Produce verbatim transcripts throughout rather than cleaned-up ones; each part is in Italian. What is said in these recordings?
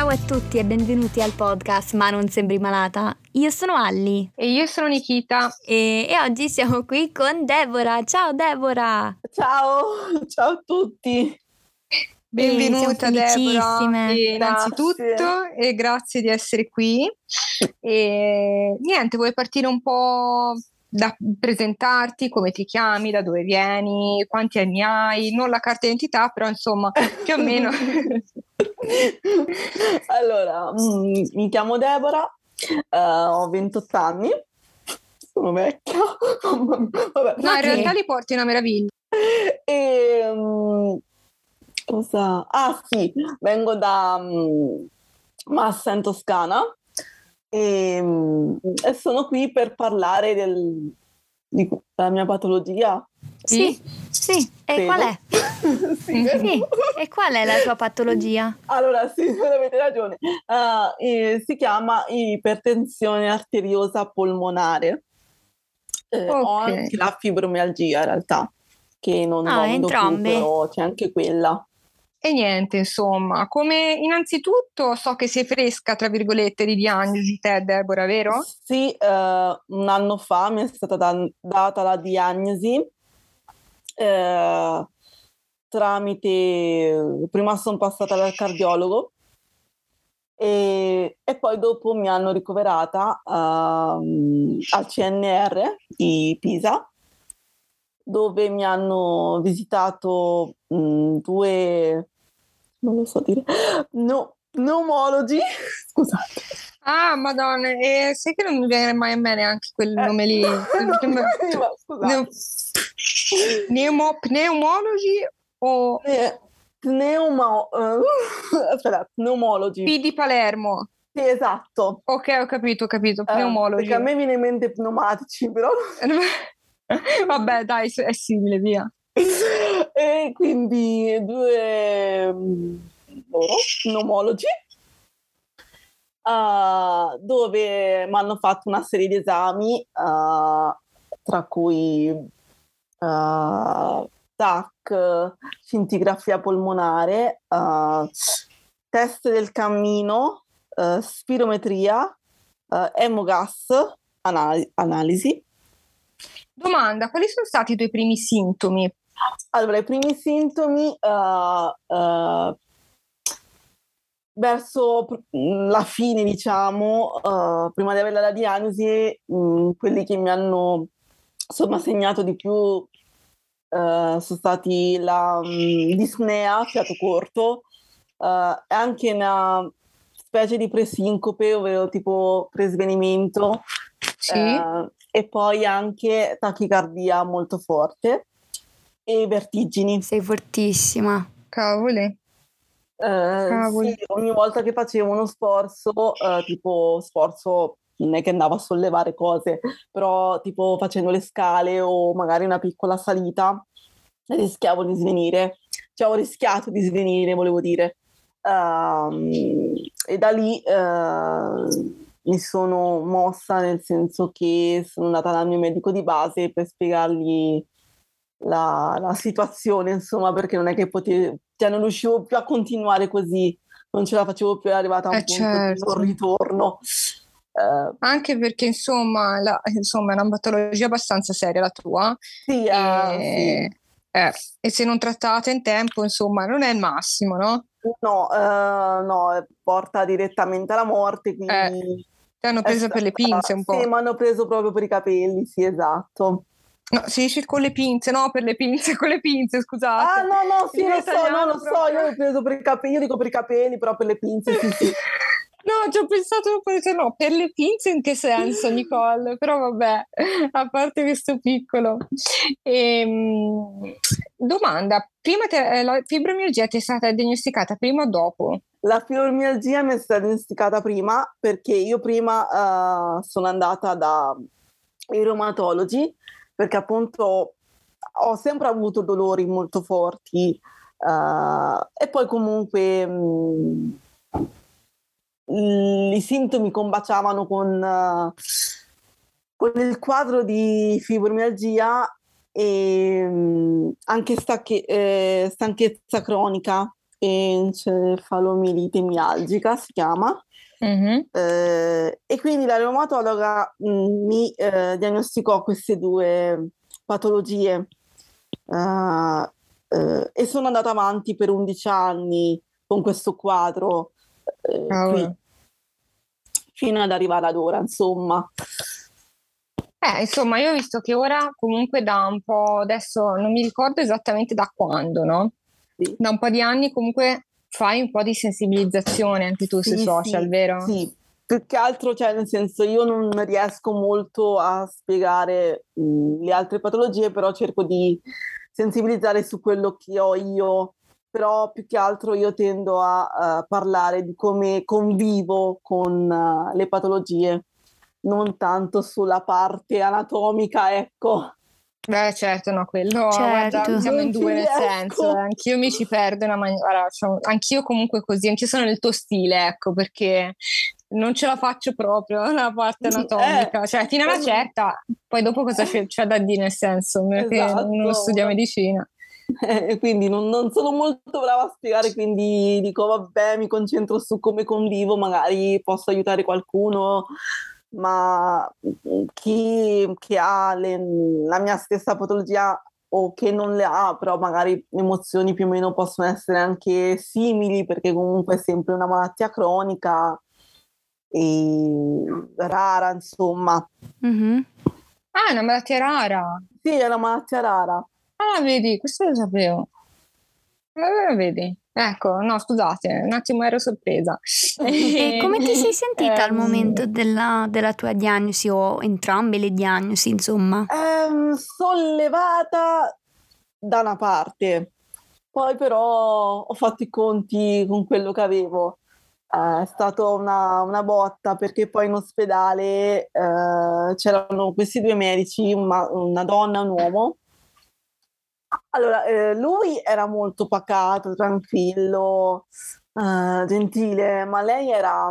Ciao a tutti e benvenuti al podcast Ma non sembri malata. Io sono Alli. E io sono Nikita. E, e oggi siamo qui con Deborah. Ciao Deborah! Ciao, ciao a tutti! Benvenuta Deborah, e innanzitutto e grazie di essere qui. E niente, vuoi partire un po' da presentarti, come ti chiami, da dove vieni, quanti anni hai, non la carta d'identità, però insomma più o meno. Allora, mi chiamo Deborah, uh, ho ventotto anni, sono vecchia. Vabbè, no, in realtà li porti una meraviglia. E, um, cosa? Ah sì, vengo da um, Massa in Toscana e, um, e sono qui per parlare del, di, della mia patologia. Sì, sì. E Credo. qual è? sì, sì. E qual è la tua patologia? Allora, sì, avete ragione. Uh, eh, si chiama ipertensione arteriosa polmonare. Eh, okay. Ho anche la fibromialgia in realtà, che non ah, vomito più, però c'è anche quella. E niente, insomma, come innanzitutto so che sei fresca, tra virgolette, di diagnosi te, Deborah, vero? Sì, eh, un anno fa mi è stata da- data la diagnosi eh, tramite, prima sono passata dal cardiologo e, e poi dopo mi hanno ricoverata uh, al C N R di Pisa, dove mi hanno visitato mh, due, non lo so dire, no, pneumologi, scusate. Ah, madonna, e sai che non mi viene mai a me neanche quel Eh, nome lì. non veniva, scusate. Pneumo, pneumologi o... Eh, pneuma, uh, aspetta, pneumologi. P di Palermo. Sì, esatto. Ok, ho capito, ho capito, Eh, pneumologi. perché a me viene in mente pneumatici, però... Vabbè, dai, è simile, via. E quindi due loro, pneumologi, uh, dove mi hanno fatto una serie di esami, uh, tra cui uh, T A C, scintigrafia polmonare, uh, test del cammino, uh, spirometria, uh, emogas, anal- analisi. Domanda, quali sono stati i tuoi primi sintomi? Allora, i primi sintomi uh, uh, verso la fine, diciamo, uh, prima di avere la diagnosi, mh, quelli che mi hanno insomma segnato di più uh, sono stati la um, dispnea, fiato corto, uh, e anche una specie di presincope, ovvero tipo presvenimento, sì. uh, e poi anche tachicardia molto forte e vertigini. Sei fortissima. Cavoli. Eh, sì, ogni volta che facevo uno sforzo, eh, tipo sforzo non è che andavo a sollevare cose, però tipo facendo le scale o magari una piccola salita, rischiavo di svenire, cioè ho rischiato di svenire, volevo dire. Um, e da lì uh, mi sono mossa, nel senso che sono andata dal mio medico di base per spiegargli La, la situazione, insomma, perché non è che potevo, cioè non riuscivo più a continuare così, non ce la facevo più, è arrivata a un eh punto certo. di non ritorno. Uh, Anche perché insomma, la, insomma è una patologia abbastanza seria la tua. Sì, e, uh, sì. Eh, e se non trattata in tempo, insomma, non è il massimo, no? No, uh, no, porta direttamente alla morte, quindi... Eh, ti hanno preso stata, per le pinze un po'. Sì, mi hanno preso proprio per i capelli, sì, esatto. No, si dice con le pinze, no, per le pinze, con le pinze, scusate. Ah, no, no, sì, lo so, no, lo proprio... so, io l'ho preso per i capelli, io dico per i capelli, però per le pinze, sì, sì. No, ci ho pensato, no, per le pinze in che senso, Nicole? Però vabbè, a parte questo piccolo. Ehm, domanda, prima te, la fibromialgia ti è stata diagnosticata prima o dopo? La fibromialgia mi è stata diagnosticata prima, perché io prima uh, sono andata dai reumatologi, perché appunto ho sempre avuto dolori molto forti uh, e poi comunque mh, i sintomi combaciavano con, uh, con il quadro di fibromialgia e mh, anche stacche, eh, stanchezza cronica. encefalomielite mialgica si chiama. Mm-hmm. Eh, e quindi la reumatologa mh, mi eh, diagnosticò queste due patologie uh, eh, e sono andata avanti per undici anni con questo quadro eh, oh. qui, fino ad arrivare ad ora, insomma. Eh, insomma, io ho visto che ora comunque da un po', adesso non mi ricordo esattamente da quando, no? Sì. Da un po' di anni comunque fai un po' di sensibilizzazione anche tu sì, sui social, sì, vero? Sì, più che altro, cioè nel senso io non riesco molto a spiegare mh, le altre patologie, però cerco di sensibilizzare su quello che ho io, però più che altro io tendo a uh, parlare di come convivo con uh, le patologie, non tanto sulla parte anatomica, ecco. Beh, certo, no, quello, certo. guarda, siamo Non in due nel riesco. senso, eh. Anch'io mi ci perdo una maniera, cioè, anch'io comunque così, anch'io sono nel tuo stile, ecco, perché non ce la faccio proprio la parte anatomica, eh, cioè fino a una certa, poi dopo cosa c'è, c'è da dire, nel senso, esatto, che non studia medicina. Eh, quindi non, non sono molto brava a spiegare, quindi dico vabbè, mi concentro su come convivo, magari posso aiutare qualcuno, ma chi, chi ha le, la mia stessa patologia o che non le ha, però magari emozioni più o meno possono essere anche simili, perché comunque è sempre una malattia cronica e rara, insomma. Mm-hmm. Ah, è una malattia rara. Sì, è una malattia rara. Ah, vedi, questo lo sapevo. Eh, vedi, ecco, no, scusate, un attimo ero sorpresa. E come ti sei sentita al Ehm, momento della, della tua diagnosi o entrambe le diagnosi, insomma? Ehm, sollevata da una parte, poi però ho fatto i conti con quello che avevo. Eh, è stata una, una botta perché poi in ospedale eh, c'erano questi due medici, una, una donna e un uomo. Allora, eh, lui era molto pacato, tranquillo, eh, gentile, ma lei era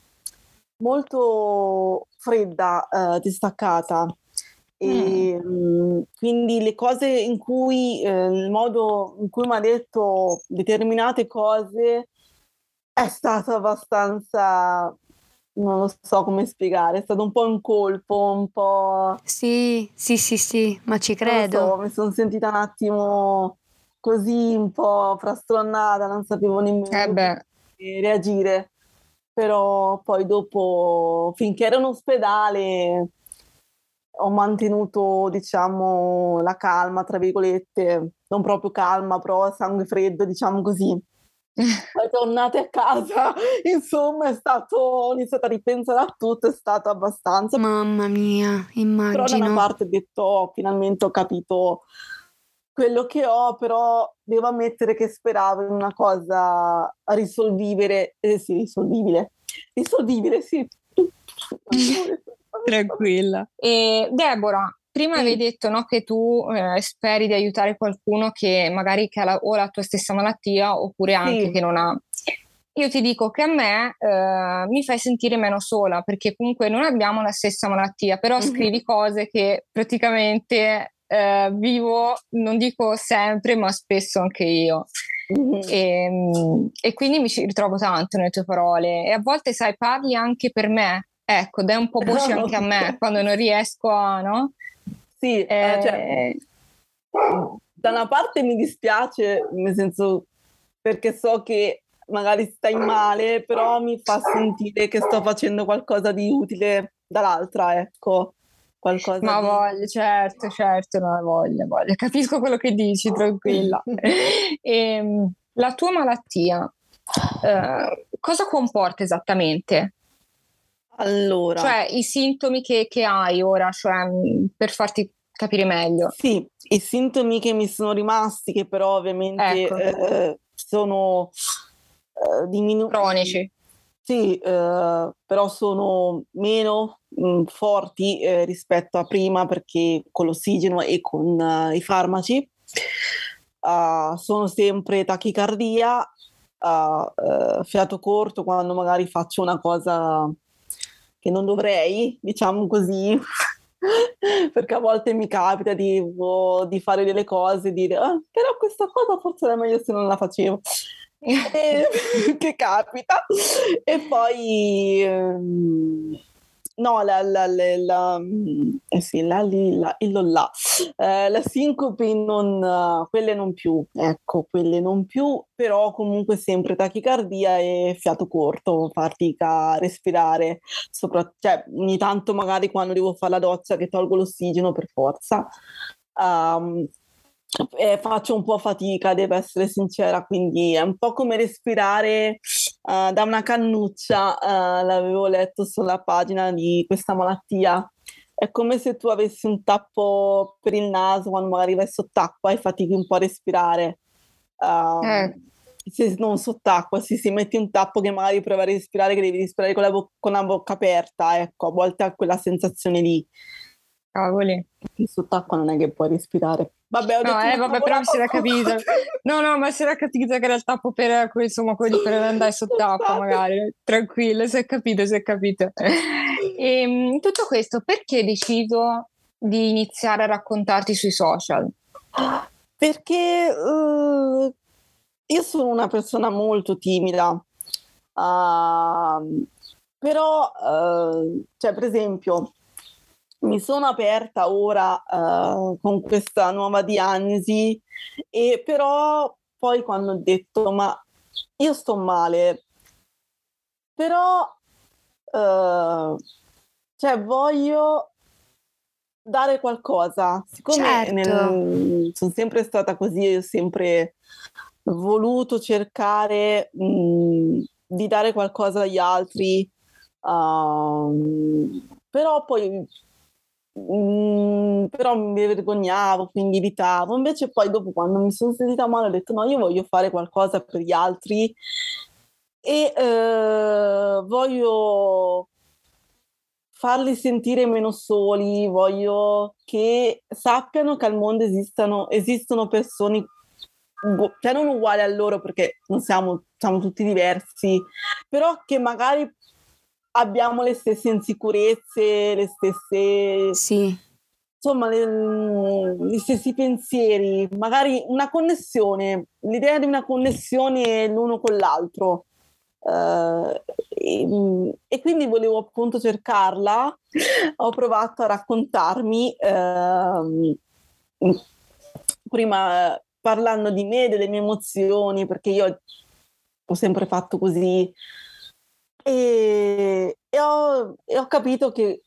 molto fredda, eh, distaccata. E mm. mh, quindi le cose in cui, eh, il modo in cui mi ha detto determinate cose è stato abbastanza, non lo so come spiegare, è stato un po' un colpo, un po'... Sì, sì, sì, sì, ma ci Non lo so, credo. mi sono sentita un attimo così, un po' frastronata, non sapevo nemmeno eh beh. come reagire. Però poi dopo, finché ero in ospedale, ho mantenuto, diciamo, la calma, tra virgolette, non proprio calma, però sangue freddo, diciamo così. Poi tornate a casa, insomma, è stato, ho iniziato a ripensare a tutto, è stato abbastanza. Mamma mia, immagino. Però da una parte ho detto, oh, finalmente ho capito quello che ho, però devo ammettere che speravo in una cosa risolvibile, eh sì, risolvibile, risolvibile, sì. Tranquilla. E Deborah, prima Sì. avevi detto, no, che tu eh, speri di aiutare qualcuno che magari che ha la, o la tua stessa malattia oppure anche Sì. che non ha. Io ti dico che a me eh, mi fai sentire meno sola, perché comunque non abbiamo la stessa malattia, però Mhm. scrivi cose che praticamente eh, vivo, non dico sempre, ma spesso anche io. Mhm. E, e quindi mi ci ritrovo tanto nelle tue parole e a volte, sai, parli anche per me, ecco, dai un po' voce anche a me quando non riesco a, no? Sì, Eh, eh, cioè, da una parte mi dispiace, nel senso, perché so che magari stai male, però mi fa sentire che sto facendo qualcosa di utile dall'altra, ecco. Qualcosa ma di... voglio, certo, certo, no, voglio, voglio. Capisco quello che dici, tranquilla. E, la tua malattia, eh, cosa comporta esattamente? Allora, Cioè, i sintomi che, che hai ora, cioè, mh, per farti capire meglio. sì, i sintomi che mi sono rimasti, che però ovviamente Ecco. eh, sono eh, diminuiti. Cronici. Sì, eh, però sono meno mh, forti eh, rispetto a prima perché con l'ossigeno e con uh, i farmaci uh, sono sempre tachicardia, uh, uh, fiato corto quando magari faccio una cosa che non dovrei, diciamo così, perché a volte mi capita di, oh, di fare delle cose e dire ah, però questa cosa forse era meglio se non la facevo. e, che capita. E poi ehm, no, la, la, la, la, eh sì, la, la, il là. Eh, la sincope non, uh, quelle non più, ecco, quelle non più, però comunque sempre tachicardia e fiato corto, fatica a respirare, sopra, cioè ogni tanto magari quando devo fare la doccia che tolgo l'ossigeno per forza. Um, eh, faccio un po' fatica, devo essere sincera, quindi è un po' come respirare uh, da una cannuccia, uh, l'avevo letto sulla pagina di questa malattia. È come se tu avessi un tappo per il naso quando magari vai sott'acqua e fatichi un po' a respirare. Um, eh. Se non sott'acqua, si, si metti un tappo che magari provi a respirare, che devi respirare con la, bo- con la bocca aperta, ecco, a volte ha quella sensazione lì. Cavoli. Sott'acqua non è che puoi respirare. Vabbè, ho no, detto eh, vabbè, però si era capito. No, no, ma si era capito che era il tappo per, insomma, quelli per andare sott'acqua, magari. Tranquillo, si è capito, si è capito. E in tutto questo, perché hai deciso di iniziare a raccontarti sui social? Perché uh, io sono una persona molto timida, uh, però, uh, cioè, per esempio, mi sono aperta ora uh, con questa nuova diagnosi, e però poi quando ho detto ma io sto male, però uh, cioè voglio dare qualcosa, siccome Certo. nel, sono sempre stata così, ho sempre voluto cercare mh, di dare qualcosa agli altri, uh, però poi Mm, però mi vergognavo, quindi evitavo. Invece poi dopo, quando mi sono sentita male, ho detto no, io voglio fare qualcosa per gli altri e eh, voglio farli sentire meno soli, voglio che sappiano che al mondo esistano, esistono persone, cioè non uguali a loro perché non siamo, siamo tutti diversi, però che magari abbiamo le stesse insicurezze, le stesse, sì. insomma, le, gli stessi pensieri, magari una connessione, l'idea di una connessione l'uno con l'altro. Uh, e, e quindi volevo appunto cercarla. Ho provato a raccontarmi uh, prima parlando di me, delle mie emozioni, perché io ho sempre fatto così. E, e, ho, e ho capito che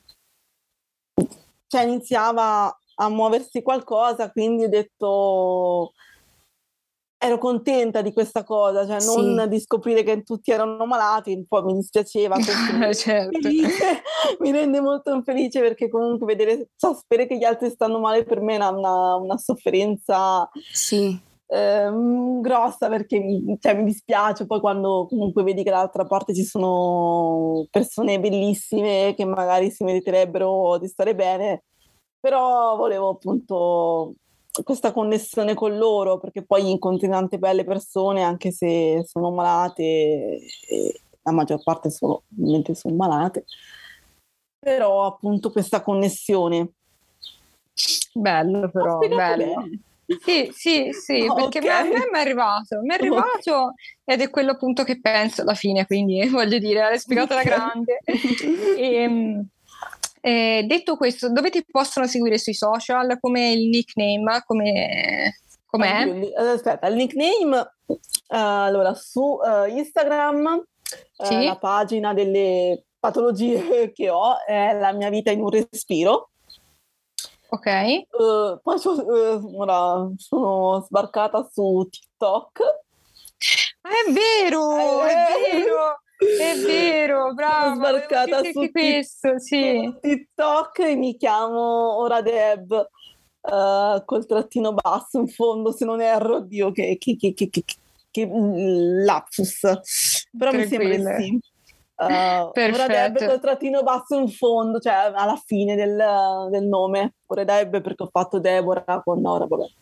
cioè, iniziava a muoversi qualcosa, quindi ho detto ero contenta di questa cosa, cioè Sì. non di scoprire che tutti erano malati, un po' mi dispiaceva, questo mi, certo. felice, mi rende molto infelice perché comunque vedere, sapere che gli altri stanno male per me è una, una sofferenza sì. ehm, grossa, perché mi, cioè, mi dispiace poi quando comunque vedi che dall'altra parte ci sono persone bellissime che magari si meriterebbero di stare bene, però volevo appunto questa connessione con loro, perché poi incontri tante belle persone anche se sono malate, e la maggior parte sono, ovviamente sono malate, però appunto questa connessione. Bello però, bello. Bene. Sì, sì, sì, perché okay. a me mi è arrivato, mi è arrivato okay. Ed è quello appunto che penso alla fine, quindi voglio dire, l'hai spiegato alla okay. grande. E, e, detto questo, dove ti possono seguire sui social? Come il nickname? Come, com'è? Oddio, aspetta, il nickname, uh, allora su uh, Instagram, sì? uh, la pagina delle patologie che ho è La mia vita in un respiro. Ok. Uh, poi uh, ora sono sbarcata su TikTok. È vero, eh, è vero, è vero, brava. Sono sbarcata su, t- questo, sì. su TikTok e mi chiamo Ora Deb, uh, col trattino basso in fondo, se non erro, oddio, che, che, che, che, che, che lapsus. Però mi sembra sì. Uh, Ora Deb col trattino basso in fondo, cioè alla fine del, del nome. Ora Deb perché ho fatto Deborah con Ora, vabbè.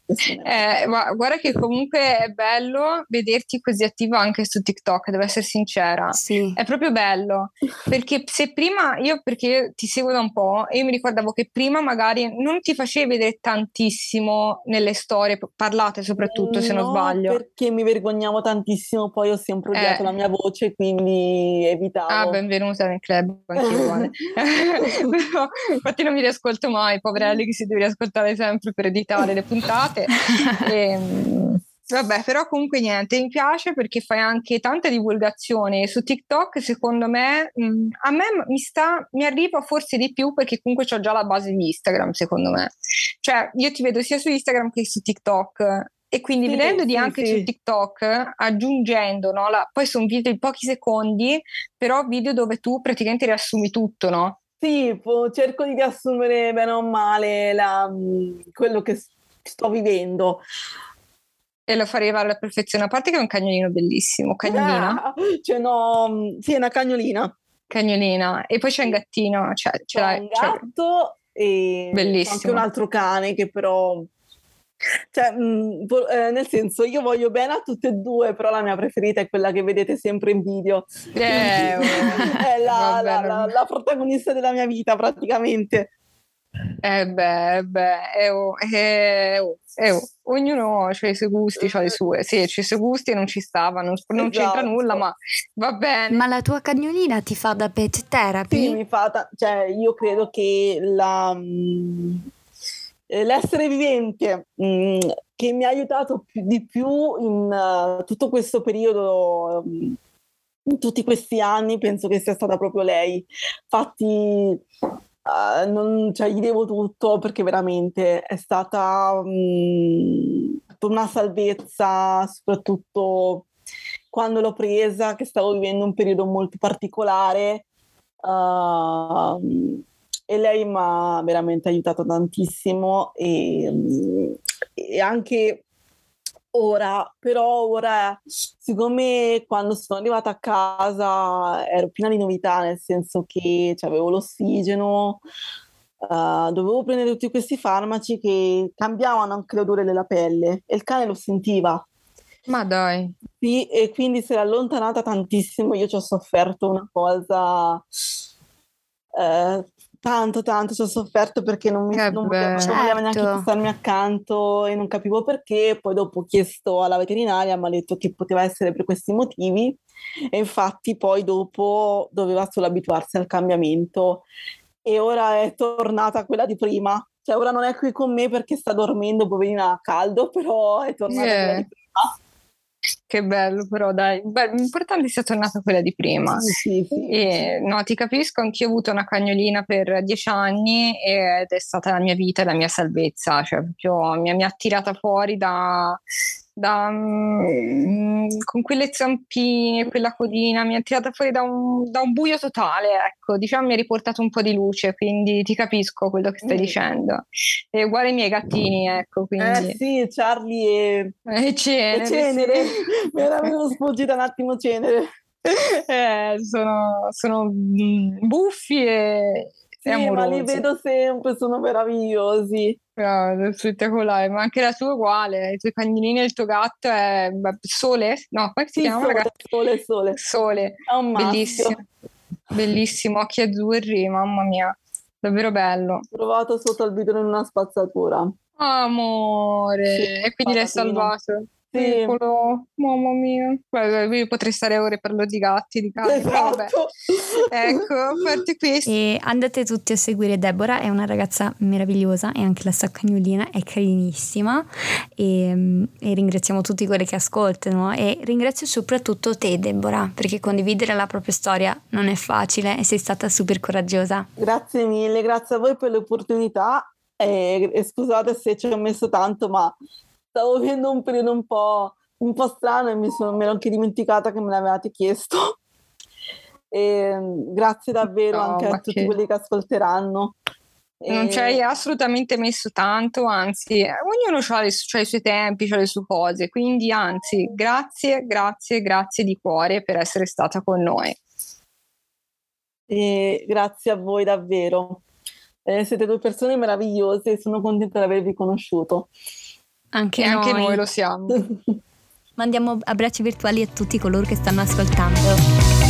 Eh, ma guarda che comunque è bello vederti così attiva anche su TikTok, devo essere sincera. Sì. È proprio bello, perché se prima io, perché io ti seguo da un po' e io mi ricordavo che prima magari non ti facevi vedere tantissimo nelle storie parlate, soprattutto se non No, sbaglio. perché mi vergognavo tantissimo, poi ho sempre odiato Eh. la mia voce, quindi evitavo. Ah, benvenuta nel club, anche uguale. Però, infatti non mi riascolto mai, poverelli che si deve riascoltare sempre per editare le puntate. E, vabbè, però comunque niente, mi piace perché fai anche tanta divulgazione su TikTok, secondo me, mh, a me mi sta, mi arriva forse di più perché comunque ho già la base di Instagram, secondo me. Cioè, io ti vedo sia su Instagram che su TikTok. E quindi Sì, vedendoti sì, anche sì. su TikTok, aggiungendo, no, la, poi sono video di pochi secondi, però video dove tu praticamente riassumi tutto, no? Sì, po- cerco di riassumere bene o male la, quello che sto vivendo. E lo fareva alla perfezione, a parte che è un cagnolino bellissimo, cagnolina? Ah, cioè no, sì, è una cagnolina. Cagnolina. E poi c'è un gattino, cioè, ce C'è l'hai, un cioè, gatto e c'è anche bellissimo. un altro cane che però... Cioè, mh, vo- eh, nel senso, io voglio bene a tutte e due, però la mia preferita è quella che vedete sempre in video. Eh, oh, è la, vabbè, la- non- la- la protagonista della mia vita, praticamente. Eh beh, eh beh, eh, oh, eh, oh, eh, oh. Ognuno ha i suoi gusti, ha le sue. Sì, c'ha i suoi gusti e non ci stava, non, non c'entra Esatto. nulla, ma va bene. Ma la tua cagnolina ti fa da pet therapy? Sì, mi fa, ta- cioè, io credo che la, mh, eh, l'essere vivente mh, che mi ha aiutato più, di più in uh, tutto questo periodo, mh, in tutti questi anni, penso che sia stata proprio lei. Infatti, uh, non, cioè, gli devo tutto perché veramente è stata mh, una salvezza, soprattutto quando l'ho presa, che stavo vivendo un periodo molto particolare. Uh, e lei mi ha veramente aiutato tantissimo e, e anche ora, però ora siccome quando sono arrivata a casa ero piena di novità, nel senso che cioè, avevo l'ossigeno, uh, dovevo prendere tutti questi farmaci che cambiavano anche l'odore della pelle e il cane lo sentiva. Ma dai. Sì, e quindi si è allontanata tantissimo, io ci ho sofferto una cosa, eh, tanto tanto ci ho sofferto perché non, mi, Che non, voleva, bello. non voleva neanche Certo. starmi accanto e non capivo perché, poi dopo ho chiesto alla veterinaria, mi ha detto che poteva essere per questi motivi e infatti poi dopo doveva solo abituarsi al cambiamento e ora è tornata quella di prima, cioè ora non è qui con me perché sta dormendo, poverina, a caldo, però è tornata Yeah. quella di prima. Che bello, però dai, Beh, l'importante sia tornata quella di prima. Sì, sì. E, no, ti capisco, anch'io ho avuto una cagnolina per dieci anni ed è stata la mia vita e la mia salvezza, cioè proprio mi, mi ha tirata fuori da, da mm, con quelle zampine, quella codina, mi ha tirata fuori da un, da un buio totale, ecco, diciamo mi ha riportato un po' di luce, quindi ti capisco quello che stai Mm. dicendo. E uguale ai miei gattini, ecco, quindi... Eh sì, Charlie e, E cenere, e Cenere, sì. mi era venuto sfuggita un attimo Cenere. Eh, sono, sono mm, buffi e, Sì, e ma li amorosi. vedo sempre, sono meravigliosi. No, spettacolare, ma anche la tua è uguale, i tuoi cagnolini e il tuo gatto è beh, Sole? No, come si Sì, chiama? sole, Ragazzi? sole, sole. Sole, È un bellissimo, maschio. bellissimo, occhi azzurri, mamma mia, davvero bello. Trovato sotto al vidro in una spazzatura. Sì, Amore, e quindi l'hai patatino. salvato. Sì, Piccolo, mamma mia. Guarda, io potrei stare ore per lo di gatti, di cani, però vabbè. esatto. Ecco, a parte questo. E andate tutti a seguire Deborah, è una ragazza meravigliosa e anche la sua cagnolina è carinissima e, e ringraziamo tutti quelli che ascoltano e ringrazio soprattutto te Deborah perché condividere la propria storia non è facile e sei stata super coraggiosa. Grazie mille, grazie a voi per l'opportunità e, e scusate se ci ho messo tanto, ma stavo vivendo un periodo un po', un po' strano e mi sono, me l'ho anche dimenticata che me l'avevate chiesto. E, grazie davvero No, anche a ma tutti che- quelli che ascolteranno. Non ci hai E, assolutamente messo tanto, anzi, eh, ognuno ha i suoi tempi, ha le sue cose, quindi anzi, grazie, grazie, grazie di cuore per essere stata con noi. e grazie a voi davvero. Eh, siete due persone meravigliose e sono contenta di avervi conosciuto. Anche, e noi. anche noi lo siamo. Mandiamo abbracci virtuali a tutti coloro che stanno ascoltando.